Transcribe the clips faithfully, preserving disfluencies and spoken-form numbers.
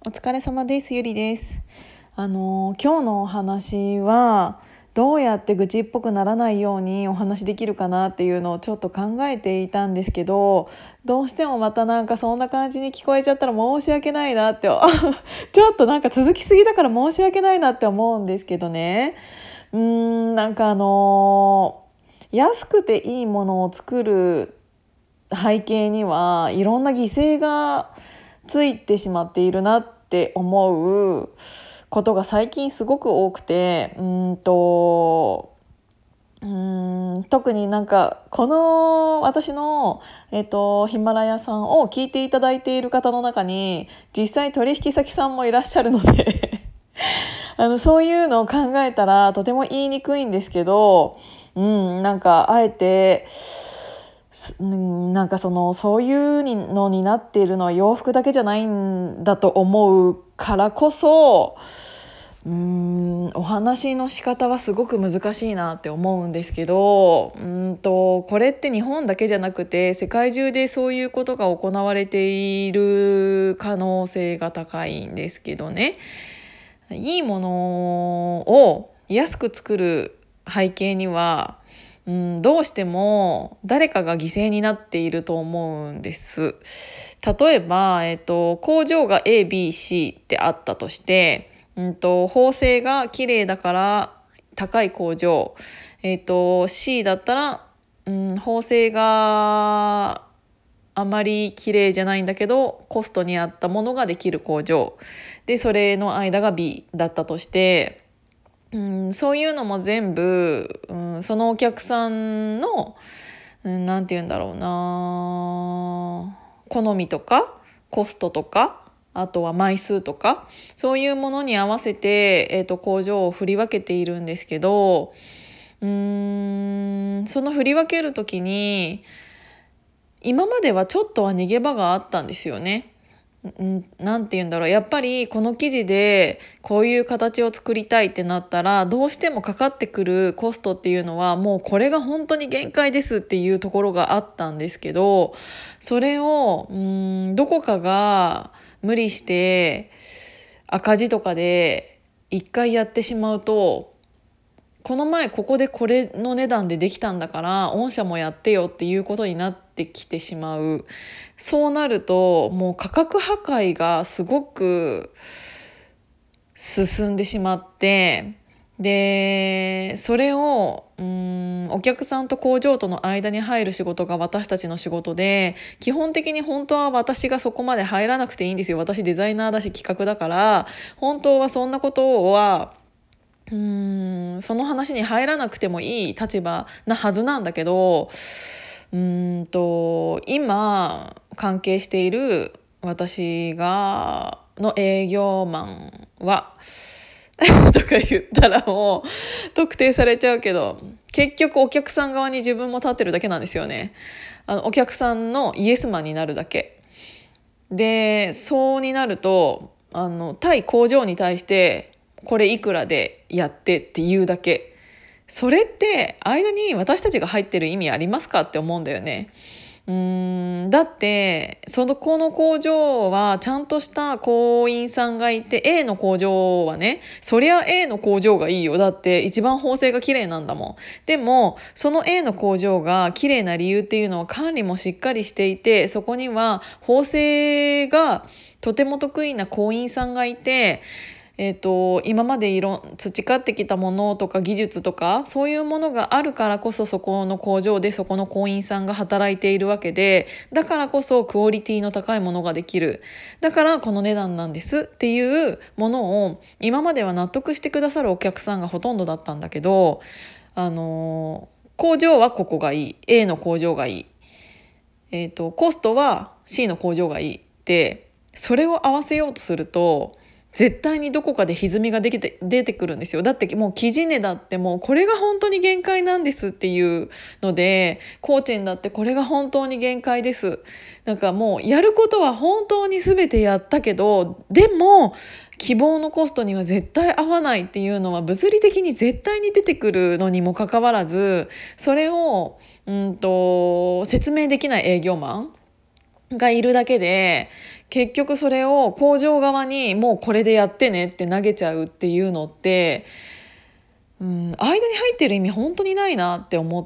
お疲れ様です。ゆりです。あの今日のお話はどうやって愚痴っぽくならないようにお話できるかなっていうのをちょっと考えていたんですけど、どうしてもまたなんかそんな感じに聞こえちゃったら申し訳ないなってちょっとなんか続きすぎだから申し訳ないなって思うんですけどね。うーんなんかあの安くていいものを作る背景にはいろんな犠牲がついてしまっているなって思うことが最近すごく多くて、うんとうーん特になんかこの私の、えっと、ヒマラヤさんを聞いていただいている方の中に実際取引先さんもいらっしゃるのであのそういうのを考えたらとても言いにくいんですけど、うん、なんかあえてなんかそのそういうのになっているのは洋服だけじゃないんだと思うからこそ、うーんお話の仕方はすごく難しいなって思うんですけど、うんとこれって日本だけじゃなくて世界中でそういうことが行われている可能性が高いんですけどね。いいものを安く作る背景には、うん、どうしても誰かが犠牲になっていると思うんです。例えば、えっと、工場が エービーシー ってあったとして、うんと、縫製が綺麗だから高い工場、えっと、C だったら、うん、縫製があまり綺麗じゃないんだけどコストに合ったものができる工場で、それの間が B だったとして、うん、そういうのも全部、うん、そのお客さんの、うん、なんて言うんだろうな、好みとかコストとかあとは枚数とかそういうものに合わせて、えーと、工場を振り分けているんですけど、うーんその振り分ける時に今まではちょっとは逃げ場があったんですよね。んなんて言うんだろう、やっぱりこの生地でこういう形を作りたいってなったらどうしてもかかってくるコストっていうのはもうこれが本当に限界ですっていうところがあったんですけど、それをうんどこかが無理して赤字とかで一回やってしまうと、この前ここでこれの値段でできたんだから御社もやってよっていうことになってきてしまう。そうなるともう価格破壊がすごく進んでしまって、でそれをうーんお客さんと工場との間に入る仕事が私たちの仕事で、基本的に本当は私がそこまで入らなくていいんですよ。私デザイナーだし企画だから本当はそんなことはうーんその話に入らなくてもいい立場なはずなんだけど、うーんと今関係している私がの営業マンはとか言ったらもう特定されちゃうけど、結局お客さん側に自分も立ってるだけなんですよね。あのお客さんのイエスマンになるだけで、そうになるとあの対工場に対してこれいくらでやってっていうだけ。それって間に私たちが入ってる意味ありますかって思うんだよね。うーんだってそのこの工場はちゃんとした工員さんがいて、 A の工場はね、そりゃ A の工場がいいよ。だって一番縫製が綺麗なんだもん。でもその A の工場が綺麗な理由っていうのは管理もしっかりしていて、そこには縫製がとても得意な工員さんがいて、えーと、今までいろ培ってきたものとか技術とかそういうものがあるからこそそこの工場でそこの工員さんが働いているわけで、だからこそクオリティの高いものができる、だからこの値段なんですっていうものを今までは納得してくださるお客さんがほとんどだったんだけど、あの工場はここがいい、 A の工場がいい、えーと、コストは C の工場がいいって、それを合わせようとすると絶対にどこかで歪みができて出てくるんですよ。だってもう生地値だってもうこれが本当に限界なんですっていうので、工賃だってこれが本当に限界です。なんかもうやることは本当に全てやったけど、でも希望のコストには絶対合わないっていうのは物理的に絶対に出てくるのにもかかわらず、それをうんと説明できない営業マンがいるだけで、結局それを工場側にもうこれでやってねって投げちゃうっていうのって、うん、間に入ってる意味本当にないなって思って、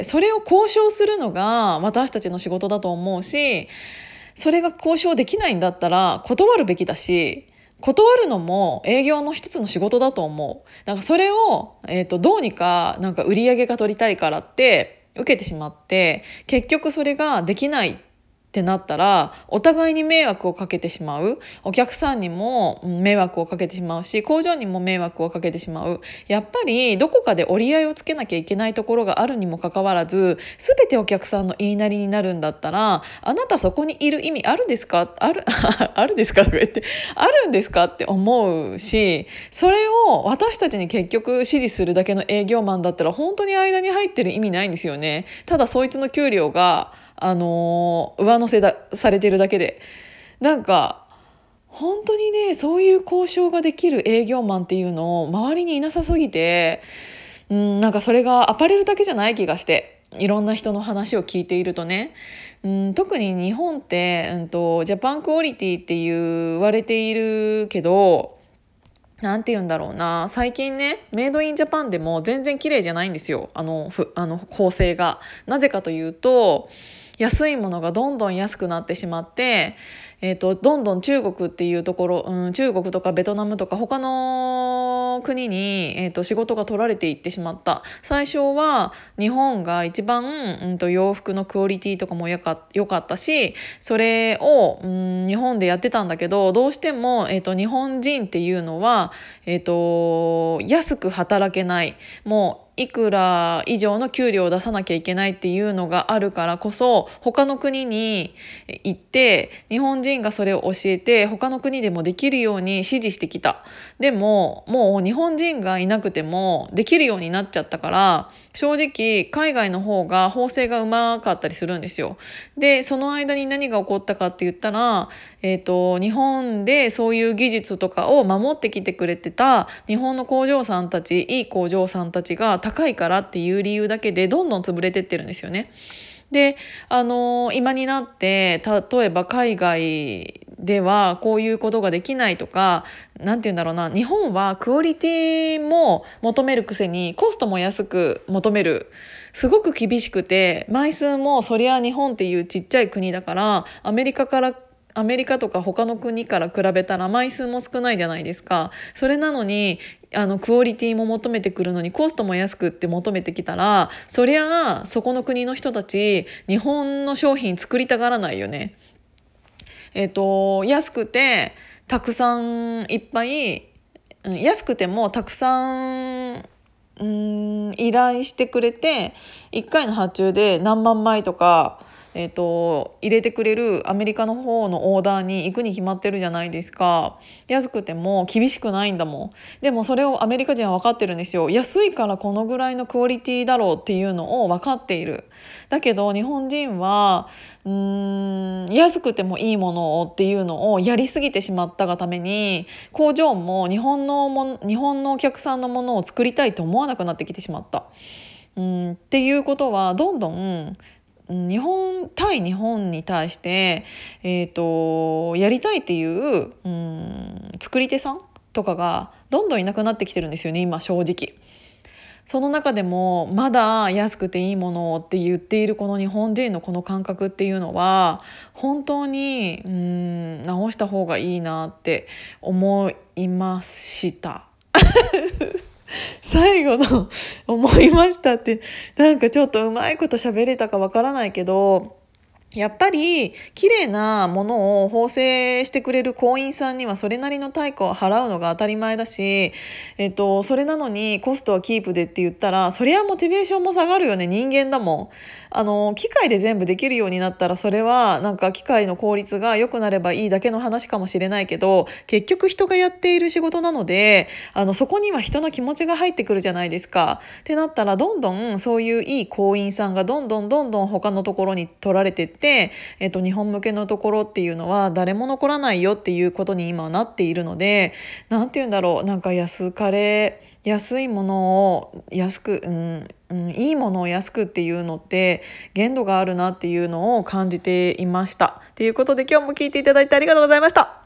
それを交渉するのが私たちの仕事だと思うし、それが交渉できないんだったら断るべきだし、断るのも営業の一つの仕事だと思う。なんかそれを、えーと、どうにかなんか売り上げが取りたいからって受けてしまって、結局それができないってなったら、お互いに迷惑をかけてしまう。お客さんにも迷惑をかけてしまうし、工場にも迷惑をかけてしまう。やっぱりどこかで折り合いをつけなきゃいけないところがあるにもかかわらず、全てお客さんの言いなりになるんだったら、あなたそこにいる意味あるんですかあるあるんですかとか言ってあるんですかって思うし、それを私たちに結局指示するだけの営業マンだったら本当に間に入ってる意味ないんですよね。ただそいつの給料があのー、上乗せだされてるだけで、なんか本当にね、そういう交渉ができる営業マンっていうのを周りにいなさすぎて、うん、なんかそれがアパレルだけじゃない気がして、いろんな人の話を聞いているとね、うん、特に日本って、うんと、ジャパンクオリティって言われているけど、なんて言うんだろうな、最近ね、メイドインジャパンでも全然綺麗じゃないんですよ、あのふあの構成が。なぜかというと、安いものがどんどん安くなってしまって、えーと、どんどん中国っていうところ、うん、中国とかベトナムとか他の国に、えーと、仕事が取られていってしまった。最初は日本が一番、うん、と洋服のクオリティとかもよか、よかったし、それを、うん、日本でやってたんだけど、どうしても、えーと、日本人っていうのは、えーと、安く働けない、もういくら以上の給料を出さなきゃいけないっていうのがあるからこそ、他の国に行って日本人がそれを教えて他の国でもできるように指示してきた。でももう日本人がいなくてもできるようになっちゃったから、正直海外の方が縫製がうまかったりするんですよ。でその間に何が起こったかって言ったら、えーと、日本でそういう技術とかを守ってきてくれてた日本の工場さんたち、いい工場さんたちが高いからっていう理由だけでどんどん潰れてってるんですよね。で、あのー、今になって例えば海外ではこういうことができないとか、なんて言うんだろうな、日本はクオリティも求めるくせにコストも安く求める、すごく厳しくて、枚数もそりゃ日本っていうちっちゃい国だからアメリカからアメリカとか他の国から比べたら枚数も少ないじゃないですか。それなのにあのクオリティも求めてくるのにコストも安くって求めてきたら、そりゃあそこの国の人たち日本の商品作りたがらないよね。えっと安くてたくさんいっぱい、うん、安くてもたくさんうん依頼してくれて、いっかいの発注で何万枚とかえーと、入れてくれるアメリカの方のオーダーに行くに決まってるじゃないですか。安くても厳しくないんだもん。でもそれをアメリカ人は分かってるんですよ。安いからこのぐらいのクオリティだろうっていうのを分かっている。だけど日本人はうーん安くてもいいものをっていうのをやりすぎてしまったがために、工場も日本のも日本のお客さんのものを作りたいと思わなくなってきてしまった。うんっていうことは、どんどん日本対日本に対して、えーと、やりたいっていう、うん、作り手さんとかがどんどんいなくなってきてるんですよね、今正直。その中でもまだ安くていいものって言っているこの日本人のこの感覚っていうのは本当にうん直した方がいいなって思いました最後の思いましたって、なんかちょっとうまいこと喋れたかわからないけど、やっぱり綺麗なものを縫製してくれる工員さんにはそれなりの対価を払うのが当たり前だし、えっと、それなのにコストはキープでって言ったら、そりゃモチベーションも下がるよね。人間だもん。あの機械で全部できるようになったら、それはなんか機械の効率が良くなればいいだけの話かもしれないけど、結局人がやっている仕事なので、あのそこには人の気持ちが入ってくるじゃないですか。ってなったら、どんどんそういういい工員さんがどんどんどんどん他のところに取られてってて、えっと、日本向けのところっていうのは誰も残らないよっていうことに今はなっているので、なんて言うんだろう、なんか安かれ安いものを安く、うんうん、いいものを安くっていうのって限度があるなっていうのを感じていました。ということで今日も聞いていただいてありがとうございました。